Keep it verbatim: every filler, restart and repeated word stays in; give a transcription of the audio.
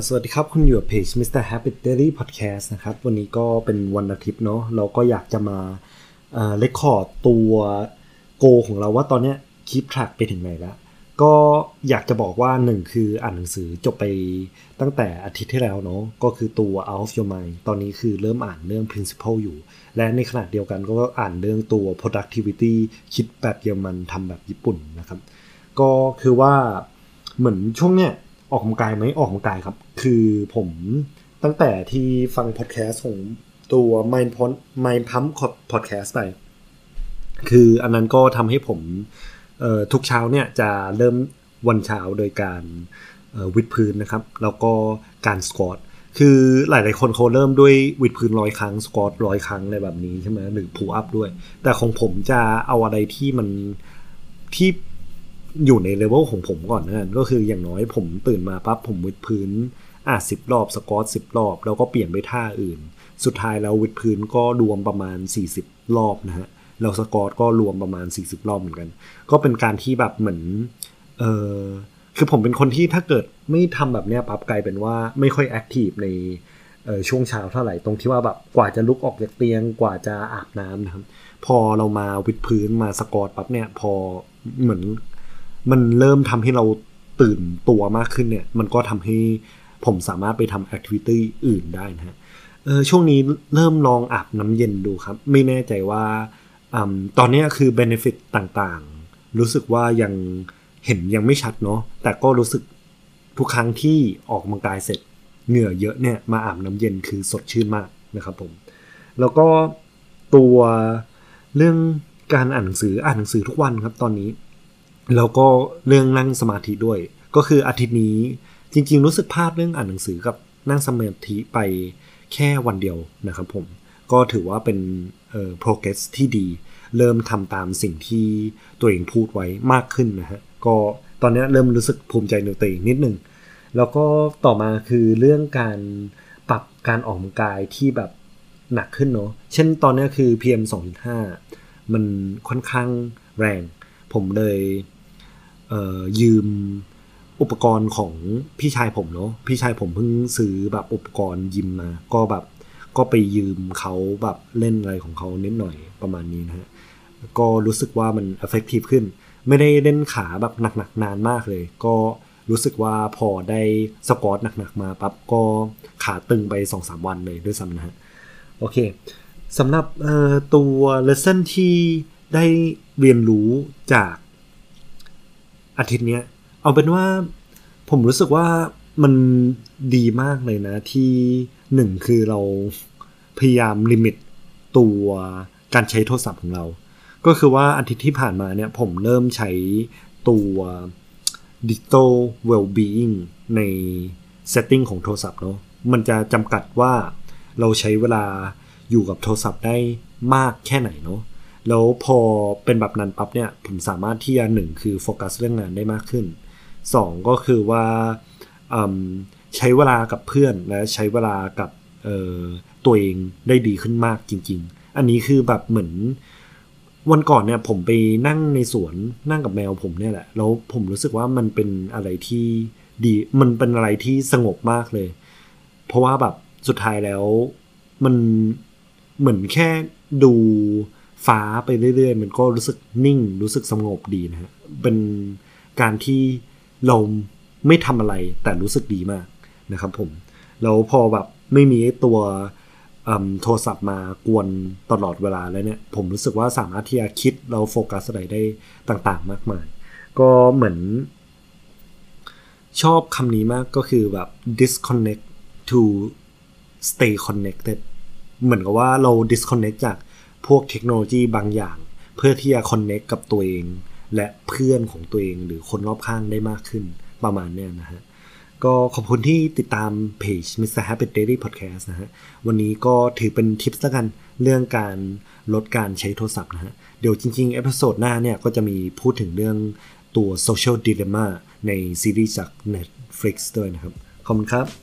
สวัสดีครับคุณอยู่กับเพจ มิสเตอร์ Habit Daily Podcast นะครับวันนี้ก็เป็นวันอาทิตย์เนาะเราก็อยากจะมาเอ่อเรคคอร์ดตัวโกของเราว่าตอนเนี้ย Keep Track ไปถึงไหนแล้วก็อยากจะบอกว่าหนึ่งคืออ่านหนังสือจบไปตั้งแต่อาทิตย์ที่แล้วเนาะก็คือตัว Out of Your Mind ตอนนี้คือเริ่มอ่านเรื่อง Principle อยู่และในขณะเดียวกันก็อ่านเรื่องตัว Productivity คิดแบบเยอรมันทำแบบญี่ปุ่นนะครับก็คือว่าเหมือนช่วงเนี้ยออกกำลังกายไหมออกกำลังกายครับคือผมตั้งแต่ที่ฟังพอดแคสต์ของตัว Mind Pump Mind Pump Podcast ไปคืออันนั้นก็ทำให้ผมเอ่อทุกเช้าเนี่ยจะเริ่มวันเช้าโดยการเอ่อวิดพื้นนะครับแล้วก็การสควอตคือหลายๆคนเขาเริ่มด้วยวิดพื้นร้อยครั้งสควอตร้อยครั้งอะไรแบบนี้ใช่ไหมหรือพูลอัพด้วยแต่ของผมจะเอาอะไรที่มันที่อยู่ในเลเวลของผมก่อนนะก็คืออย่างน้อยผมตื่นมาปั๊บผมวิดพื้นอ่ะสิบรอบสควอตสิบรอบแล้วก็เปลี่ยนไปท่าอื่นสุดท้ายแล้ววิดพื้นก็รวมประมาณสี่สิบรอบนะฮะแล้วสควอตก็รวมประมาณสี่สิบรอบเหมือนกันก็เป็นการที่แบบเหมือนเออคือผมเป็นคนที่ถ้าเกิดไม่ทำแบบเนี้ยปั๊บกลายเป็นว่าไม่ค่อยแอคทีฟในเอ่อช่วงเช้าเท่าไหร่ตรงที่ว่าแบบกว่าจะลุกออกจากเตียงกว่าจะอาบน้ำนะครับพอเรามาวิดพื้นมาสควอตปั๊บเนี่ยพอเหมือนมันเริ่มทำให้เราตื่นตัวมากขึ้นเนี่ยมันก็ทำให้ผมสามารถไปทำแอคทิวิตี้อื่นได้นะฮะเออช่วงนี้เริ่มลองอาบน้ำเย็นดูครับไม่แน่ใจว่าอตอนนี้คือ benefit ต่างๆรู้สึกว่ายังเห็นยังไม่ชัดเนาะแต่ก็รู้สึกทุกครั้งที่ออกกำลังกายเสร็จเหงื่อเยอะเนี่ยมาอาบน้ำเย็นคือสดชื่นมากนะครับผมแล้วก็ตัวเรื่องการอ่านหนังสืออ่านหนังสือทุกวันครับตอนนี้แล้วก็เรื่องนั่งสมาธิด้วยก็คืออาทิตย์นี้จริงๆรู้สึกพลาดเรื่องอ่านหนังสือกับนั่งสมาธิไปแค่วันเดียวนะครับผมก็ถือว่าเป็นเอ่อ progress ที่ดีเริ่มทำตามสิ่งที่ตัวเองพูดไว้มากขึ้นนะฮะก็ตอนนี้เริ่มรู้สึกภูมิใจในตัวเองนิดนึงแล้วก็ต่อมาคือเรื่องการปรับการออกกำลังกายที่แบบหนักขึ้นเนาะเช่นตอนนี้คือ พี เอ็ม สองจุดห้า มันค่อนข้างแรงผมเลยเอ่อยืมอุปกรณ์ของพี่ชายผมเนาะพี่ชายผมเพิ่งซื้อแบบอุปกรณ์ยิมมาก็แบบก็ไปยืมเขาแบบเล่นอะไรของเขานิดหน่อยประมาณนี้นะฮะก็รู้สึกว่ามัน effective ขึ้นไม่ได้เล่นขาแบบหนักๆนานมากเลยก็รู้สึกว่าพอได้สควอตหนักๆมาปั๊บก็ขาตึงไป สองถึงสาม วันเลยด้วยซ้ำนะฮะโอเคสำหรับเอ่อตัว lesson ที่ได้เรียนรู้จากอาทิตย์นี้เอาเป็นว่าผมรู้สึกว่ามันดีมากเลยนะที่หนึ่งคือเราพยายามลิมิตตัวการใช้โทรศัพท์ของเราก็คือว่าอาทิตย์ที่ผ่านมาเนี่ยผมเริ่มใช้ตัว Digital Well-being ใน setting ของโทรศัพท์เนาะมันจะจำกัดว่าเราใช้เวลาอยู่กับโทรศัพท์ได้มากแค่ไหนเนาะแล้วพอเป็นแบบนั้นปั๊บเนี่ยผมสามารถที่จะหนึ่งคือโฟกัสเรื่องงานได้มากขึ้นสองก็คือว่าใช้เวลากับเพื่อนและใช้เวลากับตัวเองได้ดีขึ้นมากจริงๆอันนี้คือแบบเหมือนวันก่อนเนี่ยผมไปนั่งในสวนนั่งกับแมวผมเนี่ยแหละแล้วผมรู้สึกว่ามันเป็นอะไรที่ดีมันเป็นอะไรที่สงบมากเลยเพราะว่าแบบสุดท้ายแล้วมันเหมือนแค่ดูฟ้าไปเรื่อยๆมันก็รู้สึกนิ่งรู้สึกสงบดีนะฮะเป็นการที่เราไม่ทำอะไรแต่รู้สึกดีมากนะครับผมแล้วพอแบบไม่มีตัวโทรศัพท์มากวนตลอดเวลาแล้วเนี่ยผมรู้สึกว่าสามารถที่จะคิดเราโฟกัสอะไรได้ต่างๆมากมายก็เหมือนชอบคำนี้มากก็คือแบบ disconnect to stay connected เหมือนกับว่าเรา disconnect จากพวกเทคโนโลยีบางอย่างเพื่อที่จะ connect กับตัวเองและเพื่อนของตัวเองหรือคนรอบข้างได้มากขึ้นประมาณเนี้ยนะฮะก็ขอบคุณที่ติดตามเพจ มิสเตอร์ Habit Daily Podcast นะฮะวันนี้ก็ถือเป็นทิปส์ละกันเรื่องการลดการใช้โทรศัพท์นะฮะเดี๋ยวจริงๆเอพิโซดหน้าเนี่ยก็จะมีพูดถึงเรื่องตัว Social Dilemma ในซีรีส์จาก Netflix ด้วยนะครับขอบคุณครับ